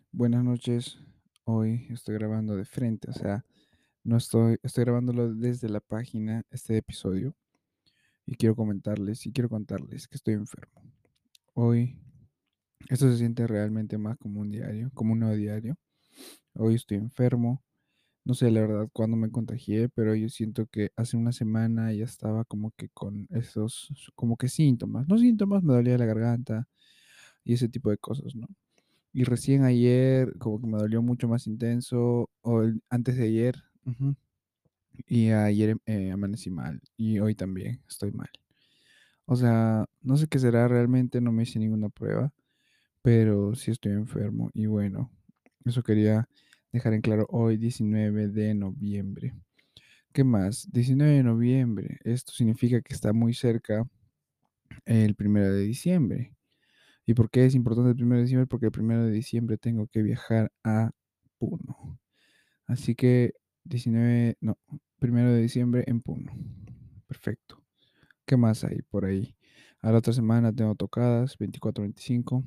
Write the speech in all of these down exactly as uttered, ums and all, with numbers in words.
Buenas noches. Hoy estoy grabando de frente, o sea, no estoy, estoy grabándolo desde la página, este episodio, y quiero comentarles y quiero contarles que estoy enfermo. Hoy, esto se siente realmente más como un diario, como un nuevo diario. Hoy estoy enfermo. No sé la verdad cuándo me contagié, pero yo siento que hace una semana ya estaba como que con esos, como que síntomas, no síntomas, me dolía la garganta y ese tipo de cosas, ¿no? Y recién ayer como que me dolió mucho más intenso, o el antes de ayer, ujú, y ayer, eh, amanecí mal, y hoy también estoy mal. O sea, no sé qué será realmente, no me hice ninguna prueba, pero sí estoy enfermo. Y bueno, eso quería dejar en claro hoy, diecinueve de noviembre. ¿Qué más? diecinueve de noviembre, esto significa que está muy cerca el primero de diciembre. ¿Y por qué es importante el primero de diciembre? Porque el primero de diciembre tengo que viajar a Puno. Así que diecinueve, no, primero de diciembre en Puno. Perfecto. ¿Qué más hay por ahí? A la otra semana tengo tocadas, veinticuatro, veinticinco.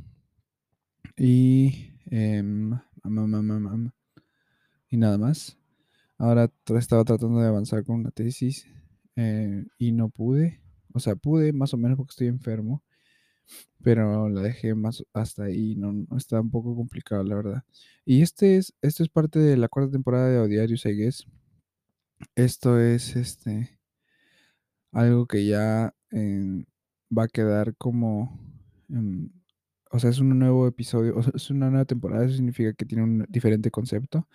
Y, em, am, am, am, am, am, y nada más. Ahora tra- estaba tratando de avanzar con una tesis, eh, y no pude. O sea, pude más o menos porque estoy enfermo, pero la dejé más hasta ahí. No, no está un poco complicado, la verdad. Y este es, esto es parte de la cuarta temporada de Odiarios, I guess. Esto es este algo que ya em, va a quedar como, em, o sea, es un nuevo episodio, o sea, es una nueva temporada, eso significa que tiene un diferente concepto.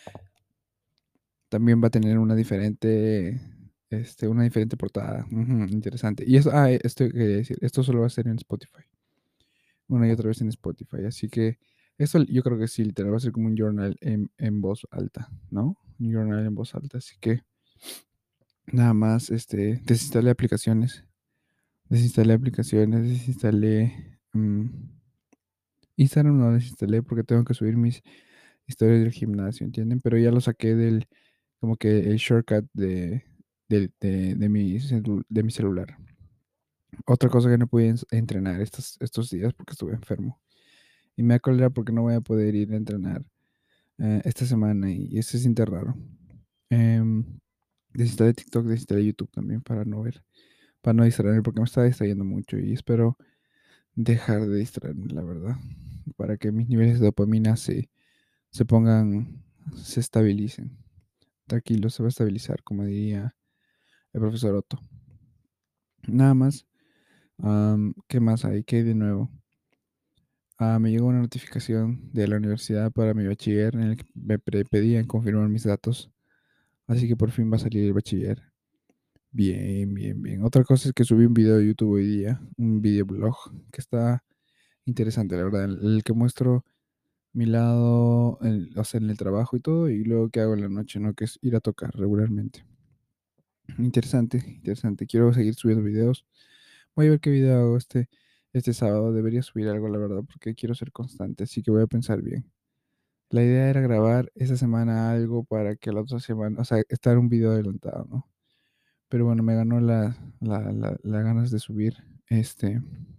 También va a tener una diferente, este, una diferente portada. Ujú, interesante. Y eso, ah, eh, esto quería decir, esto solo va a ser en Spotify. Una y otra vez en Spotify. Así que esto yo creo que sí, literal, va a ser como un journal en, en voz alta, ¿no? Un journal en voz alta. Así que nada más, este, desinstalé aplicaciones. Desinstalé aplicaciones, desinstalé, mm, Instagram no desinstalé porque tengo que subir mis historias del gimnasio, ¿entienden? Pero ya lo saqué del, como que el shortcut de, de, de, de mi, celu- de mi celular. Otra cosa que no pude ens- entrenar estos, estos días porque estuve enfermo. Y me da cólera porque no voy a poder ir a entrenar eh, esta semana y eso se siente raro. Em, Desinstalé TikTok, desinstalé YouTube también para no ver, para no distraerme porque me está distrayendo mucho y espero dejar de distraerme, la verdad, para que mis niveles de dopamina se, se pongan, se estabilicen. Tranquilo, se va a estabilizar, como diría el profesor Otto. Nada más, am, ¿qué más hay? ¿Qué hay de nuevo? Ah, me llegó una notificación de la universidad para mi bachiller en el que me pre- pedían confirmar mis datos, así que por fin va a salir el bachiller. Bien, bien, bien. Otra cosa es que subí un video de YouTube hoy día, un videoblog que está interesante, la verdad, el, el que muestro mi lado, el- o sea, en el trabajo y todo, y luego qué hago en la noche, ¿no? Que es ir a tocar regularmente. Interesante, interesante. Quiero seguir subiendo videos. Voy a ver qué video hago este, este sábado. Debería subir algo, la verdad, porque quiero ser constante, así que voy a pensar bien. La idea era grabar esta semana algo para que la otra semana, o sea, estar un video adelantado, ¿no? Pero bueno, me ganó la, la, la, la ganas de subir este,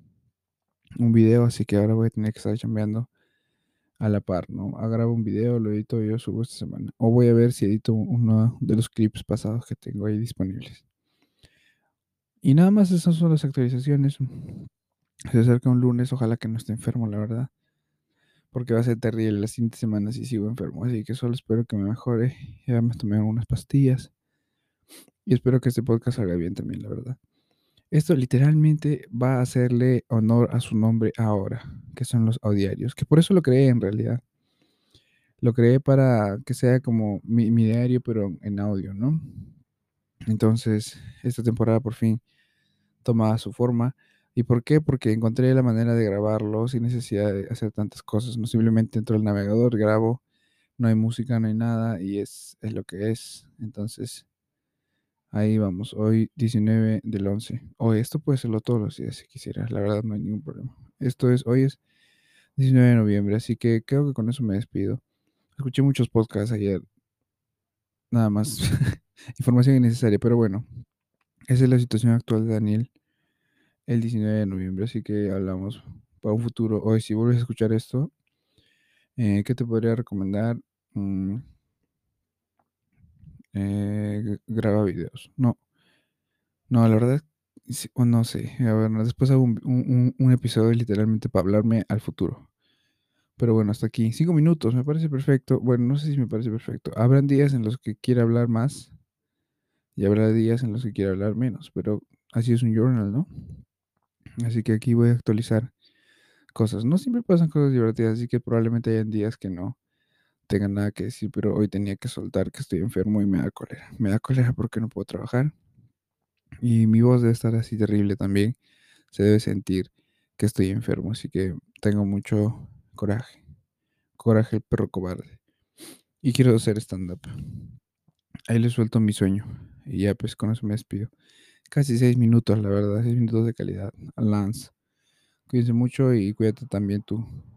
un video, así que ahora voy a tener que estar chambeando a la par, ¿no? Ah, grabo un video, lo edito y yo subo esta semana. O voy a ver si edito uno de los clips pasados que tengo ahí disponibles. Y nada más esas son las actualizaciones. Se acerca un lunes, ojalá que no esté enfermo, la verdad. Porque va a ser terrible las siguientes semanas si sigo enfermo. Así que solo espero que me mejore. Ya me tomé algunas pastillas. Y espero que este podcast salga bien también, la verdad. Esto literalmente va a hacerle honor a su nombre ahora, que son los audiarios. Que por eso lo creé en realidad. Lo creé para que sea como mi, mi diario, pero en audio, ¿no? Entonces, esta temporada por fin toma su forma. ¿Y por qué? Porque encontré la manera de grabarlo sin necesidad de hacer tantas cosas. No simplemente entro al navegador, grabo, no hay música, no hay nada y es, es lo que es. Entonces, ahí vamos. Hoy diecinueve del once. O esto puede serlo todos los días si quisieras. La verdad no hay ningún problema. Esto es, hoy es diecinueve de noviembre, así que creo que con eso me despido. Escuché muchos podcasts ayer, nada más. Información innecesaria, pero bueno, esa es la situación actual de Daniel el diecinueve de noviembre, así que hablamos para un futuro. Hoy, si vuelves a escuchar esto, Eh, ¿qué te podría recomendar? Mm, eh, g graba videos. No. No, la verdad, sí, o no sé, a ver, no, después hago un un un un episodio literalmente para hablarme al futuro. Pero bueno, hasta aquí. cinco minutos, me parece perfecto. Bueno, no sé si me parece perfecto. Habrán días en los que quiera hablar más y habrá días en los que quiera hablar menos, pero así es un journal, ¿no? Así que aquí voy a actualizar cosas. No siempre pasan cosas divertidas, así que probablemente hayan días que no tengan nada que decir, pero hoy tenía que soltar que estoy enfermo y me da cólera. Me da cólera porque no puedo trabajar y mi voz debe estar así terrible también. Se debe sentir que estoy enfermo, así que tengo mucho coraje. Coraje, el perro cobarde. Y quiero hacer stand-up. Ahí le suelto mi sueño. Y ya, pues con eso me despido. Casi seis minutos, la verdad, seis minutos de calidad. Lance. Cuídense mucho y cuídate también tú.